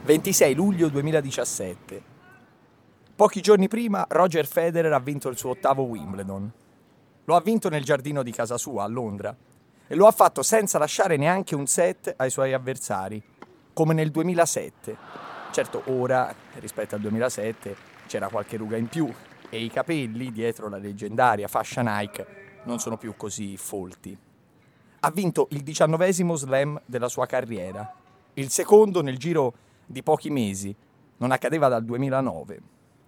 26 luglio 2017. Pochi giorni prima Roger Federer ha vinto il suo 8º Wimbledon. Lo ha vinto nel giardino di casa sua a Londra e lo ha fatto senza lasciare neanche un set ai suoi avversari, come nel 2007. Certo, ora, rispetto al 2007, c'era qualche ruga in più e i capelli dietro la leggendaria fascia Nike non sono più così folti. Ha vinto il 19° slam della sua carriera, il secondo nel giro di pochi mesi, non accadeva dal 2009,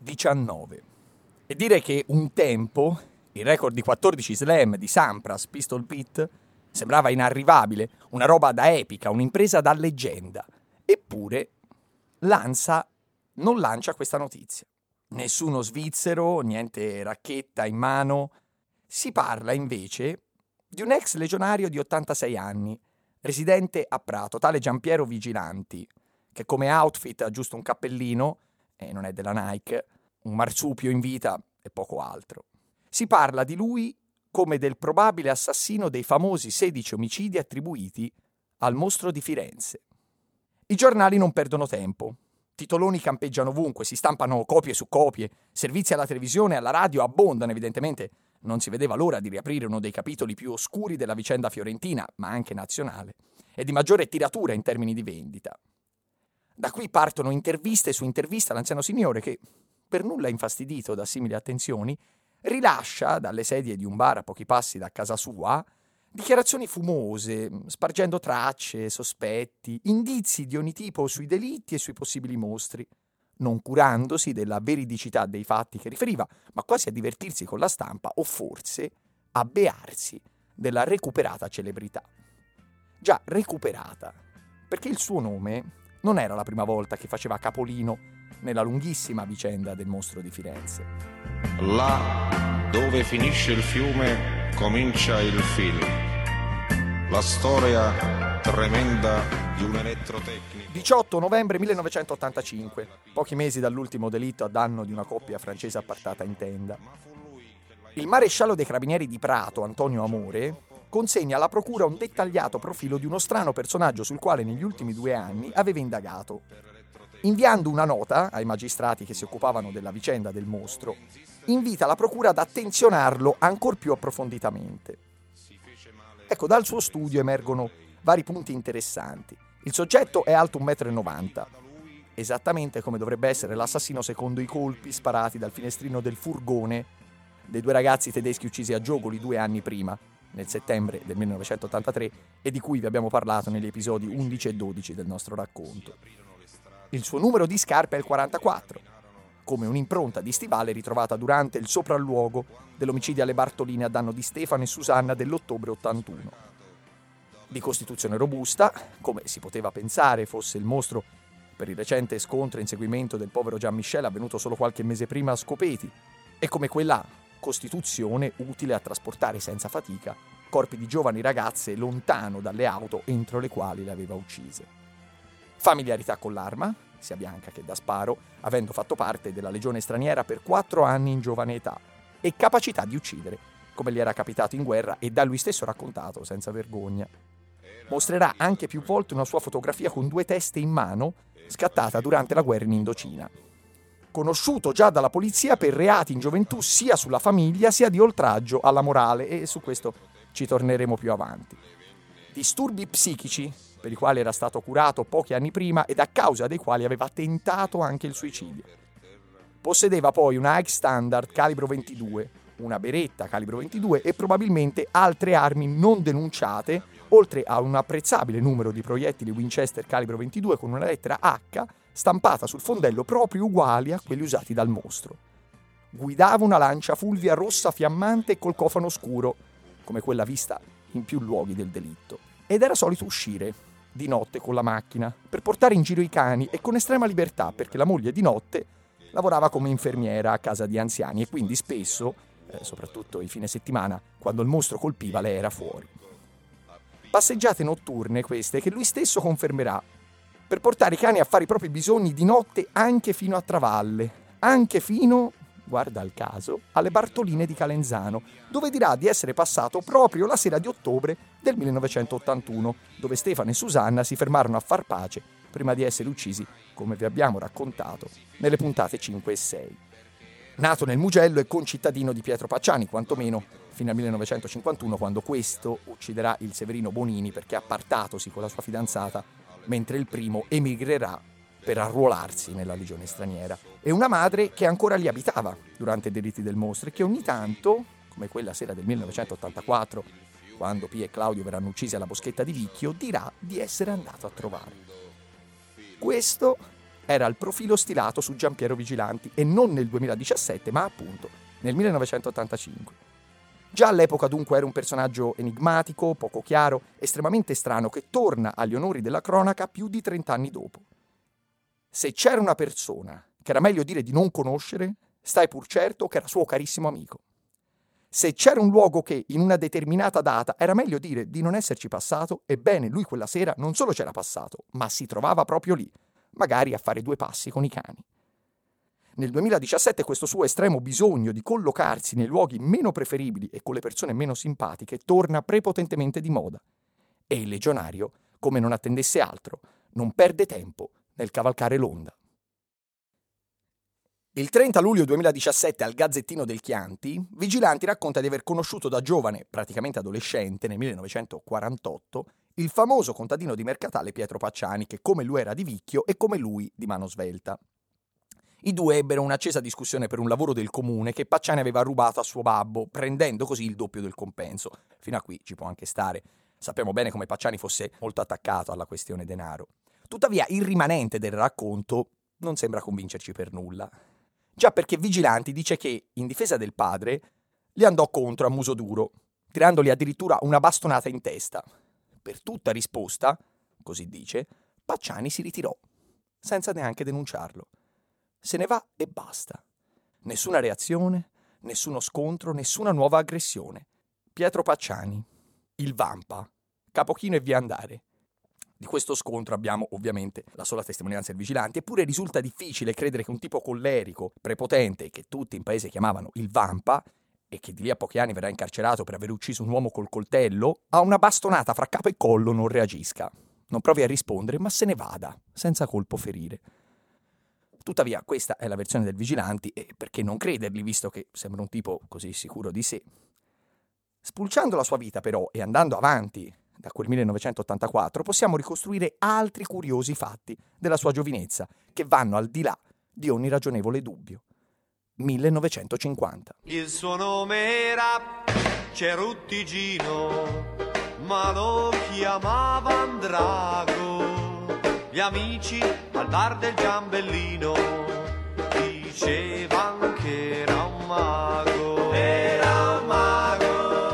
19. E dire che un tempo il record di 14 slam di Sampras Pistol Pete sembrava inarrivabile, una roba da epica, un'impresa da leggenda. Eppure l'ANSA non lancia questa notizia. Nessuno svizzero, niente racchetta in mano. Si parla invece di un ex legionario di 86 anni, residente a Prato, tale Giampiero Vigilanti, che come outfit ha giusto un cappellino, e non è della Nike, un marsupio in vita e poco altro. Si parla di lui come del probabile assassino dei famosi 16 omicidi attribuiti al mostro di Firenze. I giornali non perdono tempo. Titoloni campeggiano ovunque, si stampano copie su copie, servizi alla televisione e alla radio abbondano, evidentemente non si vedeva l'ora di riaprire uno dei capitoli più oscuri della vicenda fiorentina, ma anche nazionale, e di maggiore tiratura in termini di vendita. Da qui partono interviste su interviste all'anziano signore che, per nulla infastidito da simili attenzioni, rilascia dalle sedie di un bar a pochi passi da casa sua dichiarazioni fumose, spargendo tracce, sospetti, indizi di ogni tipo sui delitti e sui possibili mostri, non curandosi della veridicità dei fatti che riferiva, ma quasi a divertirsi con la stampa o forse a bearsi della recuperata celebrità. Già recuperata, perché il suo nome non era la prima volta che faceva capolino nella lunghissima vicenda del mostro di Firenze. Là dove finisce il fiume comincia il film. La storia tremenda di un elettrotecnico. 18 novembre 1985, pochi mesi dall'ultimo delitto a danno di una coppia francese appartata in tenda. Il maresciallo dei carabinieri di Prato, Antonio Amore, consegna alla procura un dettagliato profilo di uno strano personaggio sul quale negli ultimi 2 anni aveva indagato, inviando una nota ai magistrati che si occupavano della vicenda del mostro. Invita la procura ad attenzionarlo ancor più approfonditamente. Ecco, dal suo studio emergono vari punti interessanti. Il soggetto è alto 1,90 m, esattamente come dovrebbe essere l'assassino secondo i colpi sparati dal finestrino del furgone dei 2 ragazzi tedeschi uccisi a Giogoli 2 anni prima, nel settembre del 1983, e di cui vi abbiamo parlato negli episodi 11 e 12 del nostro racconto. Il suo numero di scarpe è il 44, come un'impronta di stivale ritrovata durante il sopralluogo dell'omicidio alle Bartoline a danno di Stefano e Susanna dell'ottobre 81. Di costituzione robusta, come si poteva pensare fosse il mostro per il recente scontro e inseguimento del povero Jean Michel avvenuto solo qualche mese prima a Scopeti, e come quella costituzione utile a trasportare senza fatica corpi di giovani ragazze lontano dalle auto entro le quali le aveva uccise. Familiarità con l'arma, sia bianca che da sparo, avendo fatto parte della legione straniera per 4 anni in giovane età, e capacità di uccidere, come gli era capitato in guerra e da lui stesso raccontato senza vergogna. Mostrerà anche più volte una sua fotografia con 2 teste in mano, scattata durante la guerra in Indocina. Conosciuto già dalla polizia per reati in gioventù sia sulla famiglia sia di oltraggio alla morale, e su questo ci torneremo più avanti. Disturbi psichici, per i quali era stato curato pochi anni prima ed a causa dei quali aveva tentato anche il suicidio. Possedeva poi una Ike Standard calibro 22, una beretta calibro 22 e probabilmente altre armi non denunciate, oltre a un apprezzabile numero di proiettili Winchester calibro 22 con una lettera H stampata sul fondello proprio uguali a quelli usati dal mostro. Guidava una Lancia Fulvia rossa fiammante e col cofano scuro, come quella vista in più luoghi del delitto. Ed era solito uscire di notte con la macchina per portare in giro i cani, e con estrema libertà, perché la moglie di notte lavorava come infermiera a casa di anziani e quindi spesso, soprattutto i fine settimana, quando il mostro colpiva, lei era fuori. Passeggiate notturne queste che lui stesso confermerà, per portare i cani a fare i propri bisogni di notte anche fino a Travalle, anche fino, guarda il caso, alle Bartoline di Calenzano, dove dirà di essere passato proprio la sera di ottobre del 1981, dove Stefano e Susanna si fermarono a far pace prima di essere uccisi, come vi abbiamo raccontato, nelle puntate 5 e 6. Nato nel Mugello e concittadino di Pietro Pacciani, quantomeno fino al 1951, quando questo ucciderà il Severino Bonini perché appartatosi con la sua fidanzata, mentre il primo emigrerà per arruolarsi nella legione straniera. E una madre che ancora lì abitava durante i delitti del mostro e che ogni tanto, come quella sera del 1984, quando Pia e Claudio verranno uccisi alla Boschetta di Vicchio, dirà di essere andato a trovare. Questo era il profilo stilato su Giampiero Vigilanti, e non nel 2017, ma appunto nel 1985. Già all'epoca dunque era un personaggio enigmatico, poco chiaro, estremamente strano, che torna agli onori della cronaca più di 30 anni dopo. Se c'era una persona che era meglio dire di non conoscere, stai pur certo che era suo carissimo amico. Se c'era un luogo che in una determinata data era meglio dire di non esserci passato, ebbene lui quella sera non solo c'era passato, ma si trovava proprio lì, magari a fare 2 passi con i cani. Nel 2017 questo suo estremo bisogno di collocarsi nei luoghi meno preferibili e con le persone meno simpatiche torna prepotentemente di moda. E il legionario, come non attendesse altro, non perde tempo nel cavalcare l'onda. Il 30 luglio 2017 al Gazzettino del Chianti, Vigilanti racconta di aver conosciuto da giovane, praticamente adolescente, nel 1948, il famoso contadino di Mercatale Pietro Pacciani, che come lui era di Vicchio e come lui di mano svelta. I due ebbero un'accesa discussione per un lavoro del comune che Pacciani aveva rubato a suo babbo, prendendo così il doppio del compenso. Fino a qui ci può anche stare. Sappiamo bene come Pacciani fosse molto attaccato alla questione denaro. Tuttavia il rimanente del racconto non sembra convincerci per nulla. Già perché Vigilanti dice che, in difesa del padre, gli andò contro a muso duro, tirandogli addirittura una bastonata in testa. Per tutta risposta, così dice, Pacciani si ritirò, senza neanche denunciarlo. Se ne va e basta. Nessuna reazione, nessuno scontro, nessuna nuova aggressione. Pietro Pacciani, il Vampa, capochino e via andare. Di questo scontro abbiamo ovviamente la sola testimonianza del Vigilanti, eppure risulta difficile credere che un tipo collerico, prepotente, che tutti in paese chiamavano il Vampa, e che di lì a pochi anni verrà incarcerato per aver ucciso un uomo col coltello, a una bastonata fra capo e collo non reagisca. Non provi a rispondere, ma se ne vada, senza colpo ferire. Tuttavia, questa è la versione del Vigilanti, e perché non credergli, visto che sembra un tipo così sicuro di sé. Spulciando la sua vita, però, e andando avanti da quel 1984, possiamo ricostruire altri curiosi fatti della sua giovinezza, che vanno al di là di ogni ragionevole dubbio. 1950. Il suo nome era Ceruttigino, ma lo chiamavano Drago. Gli amici al bar del Giambellino dicevano che era un mago. Era un mago.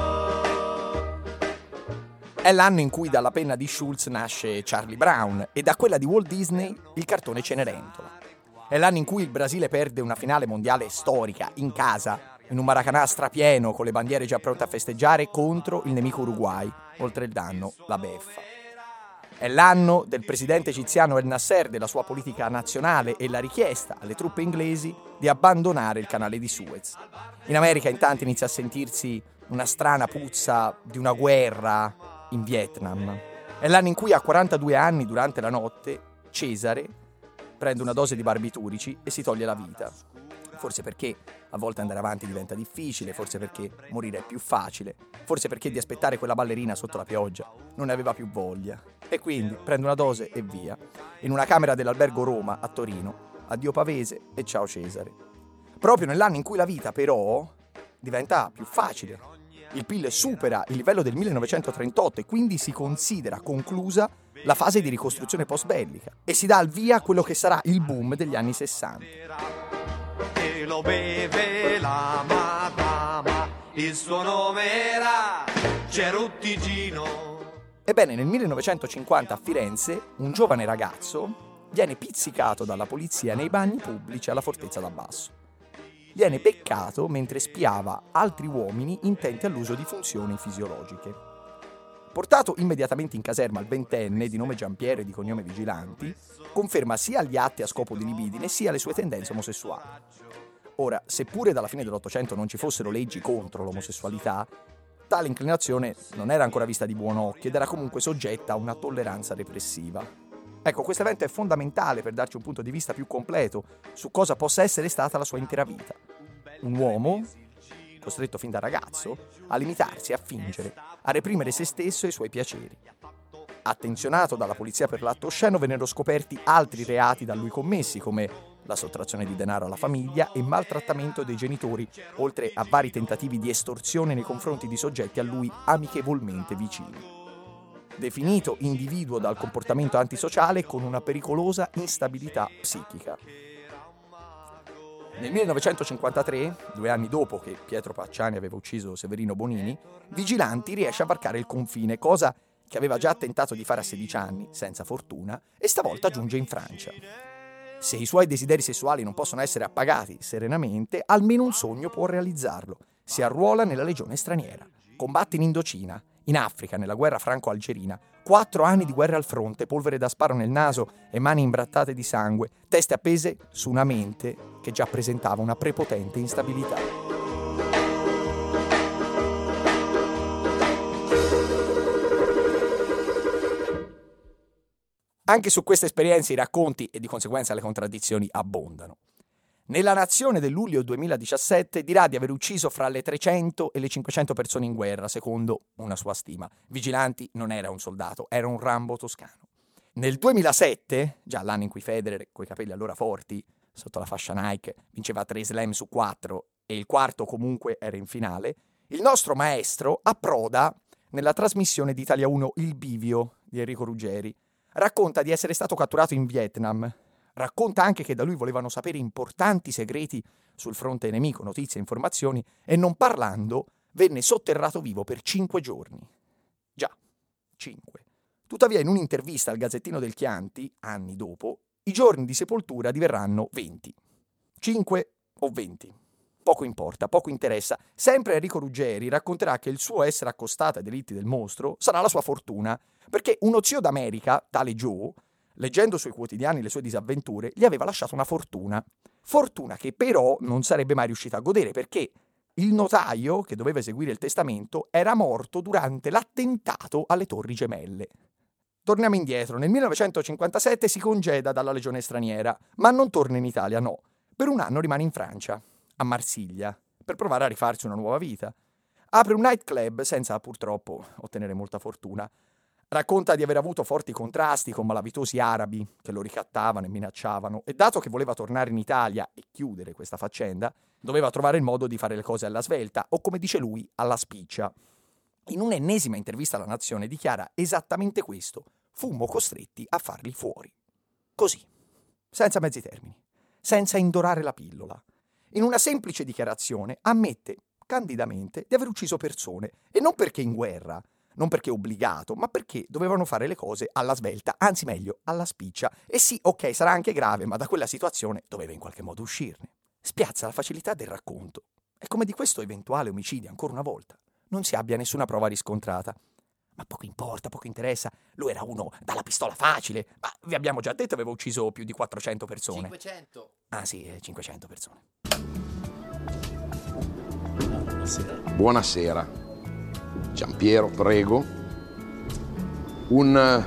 È l'anno in cui dalla penna di Schulz nasce Charlie Brown e da quella di Walt Disney il cartone Cenerentola. È l'anno in cui il Brasile perde una finale mondiale storica in casa, in un Maracanã strapieno con le bandiere già pronte a festeggiare contro il nemico Uruguay, oltre il danno la beffa. È l'anno del presidente egiziano El Nasser, della sua politica nazionale e la richiesta alle truppe inglesi di abbandonare il canale di Suez. In America in tanti inizia a sentirsi una strana puzza di una guerra in Vietnam. È l'anno in cui a 42 anni, durante la notte, Cesare prende una dose di barbiturici e si toglie la vita. Forse perché a volte andare avanti diventa difficile, forse perché morire è più facile, forse perché di aspettare quella ballerina sotto la pioggia non ne aveva più voglia. E quindi prende una dose e via, in una camera dell'albergo Roma a Torino. Addio Pavese e ciao Cesare. Proprio nell'anno in cui la vita però diventa più facile. Il PIL supera il livello del 1938 e quindi si considera conclusa la fase di ricostruzione post-bellica e si dà al via a quello che sarà il boom degli anni 60. E lo beve la madama, il suo nome era Ceruttigino. Ebbene, nel 1950 a Firenze un giovane ragazzo viene pizzicato dalla polizia nei bagni pubblici alla Fortezza d'Abbasso. Viene beccato mentre spiava altri uomini intenti all'uso di funzioni fisiologiche. Portato immediatamente in caserma il ventenne, di nome Giampiero e di cognome Vigilanti, conferma sia gli atti a scopo di libidine sia le sue tendenze omosessuali. Ora, seppure dalla fine dell'Ottocento non ci fossero leggi contro l'omosessualità, tale inclinazione non era ancora vista di buon occhio ed era comunque soggetta a una tolleranza repressiva. Ecco, questo evento è fondamentale per darci un punto di vista più completo su cosa possa essere stata la sua intera vita. Un uomo costretto fin da ragazzo a limitarsi, a fingere, a reprimere se stesso e i suoi piaceri. Attenzionato dalla polizia per l'atto osceno, vennero scoperti altri reati da lui commessi, come la sottrazione di denaro alla famiglia e maltrattamento dei genitori, oltre a vari tentativi di estorsione nei confronti di soggetti a lui amichevolmente vicini. Definito individuo dal comportamento antisociale con una pericolosa instabilità psichica. Nel 1953, 2 anni dopo che Pietro Pacciani aveva ucciso Severino Bonini, Vigilanti riesce a varcare il confine, cosa che aveva già tentato di fare a 16 anni, senza fortuna, e stavolta giunge in Francia. Se i suoi desideri sessuali non possono essere appagati serenamente, almeno un sogno può realizzarlo. Si arruola nella legione straniera, combatte in Indocina, in Africa, nella guerra franco-algerina, 4 anni di guerra al fronte, polvere da sparo nel naso e mani imbrattate di sangue, teste appese su una mente che già presentava una prepotente instabilità. Anche su queste esperienze i racconti e di conseguenza le contraddizioni abbondano. Nella Nazione del luglio 2017 dirà di aver ucciso fra le 300 e le 500 persone in guerra, secondo una sua stima. Vigilanti non era un soldato, era un Rambo toscano. Nel 2007, già l'anno in cui Federer, coi capelli allora forti, sotto la fascia Nike, vinceva 3 slam su 4 e il quarto comunque era in finale, il nostro maestro approda nella trasmissione di Italia 1 Il Bivio di Enrico Ruggeri. Racconta di essere stato catturato in Vietnam. Racconta anche che da lui volevano sapere importanti segreti sul fronte nemico, notizie, informazioni, e non parlando venne sotterrato vivo per 5 giorni. Già, 5. Tuttavia in un'intervista al Gazzettino del Chianti, anni dopo, i giorni di sepoltura diverranno 20. 5 o 20. Poco importa, poco interessa. Sempre Enrico Ruggeri racconterà che il suo essere accostato ai delitti del mostro sarà la sua fortuna, perché uno zio d'America, tale Joe, leggendo sui quotidiani le sue disavventure, gli aveva lasciato una fortuna. Fortuna che però non sarebbe mai riuscito a godere, perché il notaio, che doveva eseguire il testamento, era morto durante l'attentato alle Torri Gemelle. Torniamo indietro. Nel 1957 si congeda dalla legione straniera, ma non torna in Italia, no. Per 1 anno rimane in Francia, a Marsiglia, per provare a rifarsi una nuova vita. Apre un nightclub senza purtroppo ottenere molta fortuna. Racconta di aver avuto forti contrasti con malavitosi arabi che lo ricattavano e minacciavano, e dato che voleva tornare in Italia e chiudere questa faccenda, doveva trovare il modo di fare le cose alla svelta, o come dice lui, alla spiccia. In un'ennesima intervista alla Nazione dichiara esattamente questo: fummo costretti a farli fuori. Così, senza mezzi termini, senza indorare la pillola. In una semplice dichiarazione ammette candidamente di aver ucciso persone, e non perché in guerra, non perché obbligato, ma perché dovevano fare le cose alla svelta, anzi meglio, alla spiccia. E sì, ok, sarà anche grave, ma da quella situazione doveva in qualche modo uscirne. Spiazza la facilità del racconto. È come di questo eventuale omicidio, ancora una volta, non si abbia nessuna prova riscontrata. Ma poco importa, poco interessa. Lui era uno dalla pistola facile. Ma vi abbiamo già detto, aveva ucciso più di 400 persone. 500. Ah sì, 500 persone. Buonasera. Giampiero, prego. Un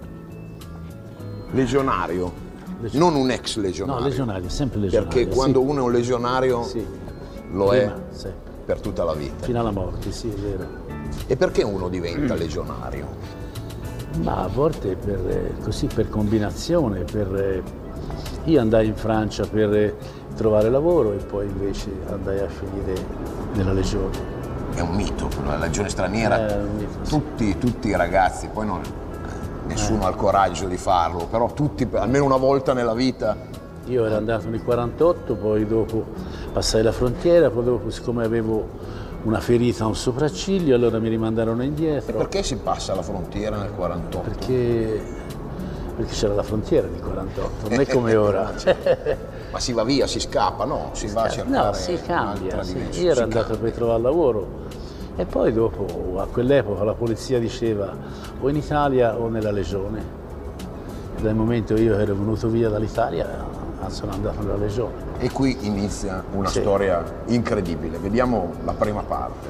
legionario, non un ex legionario. No, legionario, sempre legionario. Perché quando uno è un legionario lo Prima, è per tutta la vita. Fino alla morte, sì, è vero. E perché uno diventa legionario? Ma a volte così per combinazione, io andai in Francia per trovare lavoro e poi invece andai a finire nella legione. È un mito, la legione straniera, tutti i ragazzi, poi nessuno ha il coraggio di farlo, però tutti, almeno una volta nella vita. Io ero andato nel 48, poi dopo passai la frontiera, poi dopo, siccome avevo una ferita a un sopracciglio, allora mi rimandarono indietro. E perché si passa la frontiera nel 48? Perché c'era la frontiera nel 48, non è come ora. Ma si va via, si scappa, no? Si va a cercare. No, si cambia. Sì. Io ero andato per trovare lavoro e poi dopo, a quell'epoca, la polizia diceva o in Italia o nella legione. E dal momento io ero venuto via dall'Italia, sono andato nella legione. E qui inizia una storia incredibile. Vediamo la prima parte.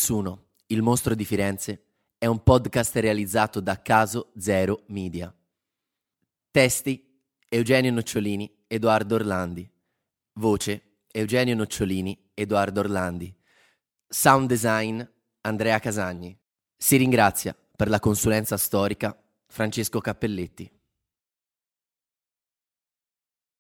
Nessuno, il mostro di Firenze, è un podcast realizzato da Caso Zero Media. Testi Eugenio Nocciolini, Edoardo Orlandi. Voce Eugenio Nocciolini, Edoardo Orlandi. Sound design Andrea Casagni. Si ringrazia per la consulenza storica Francesco Cappelletti.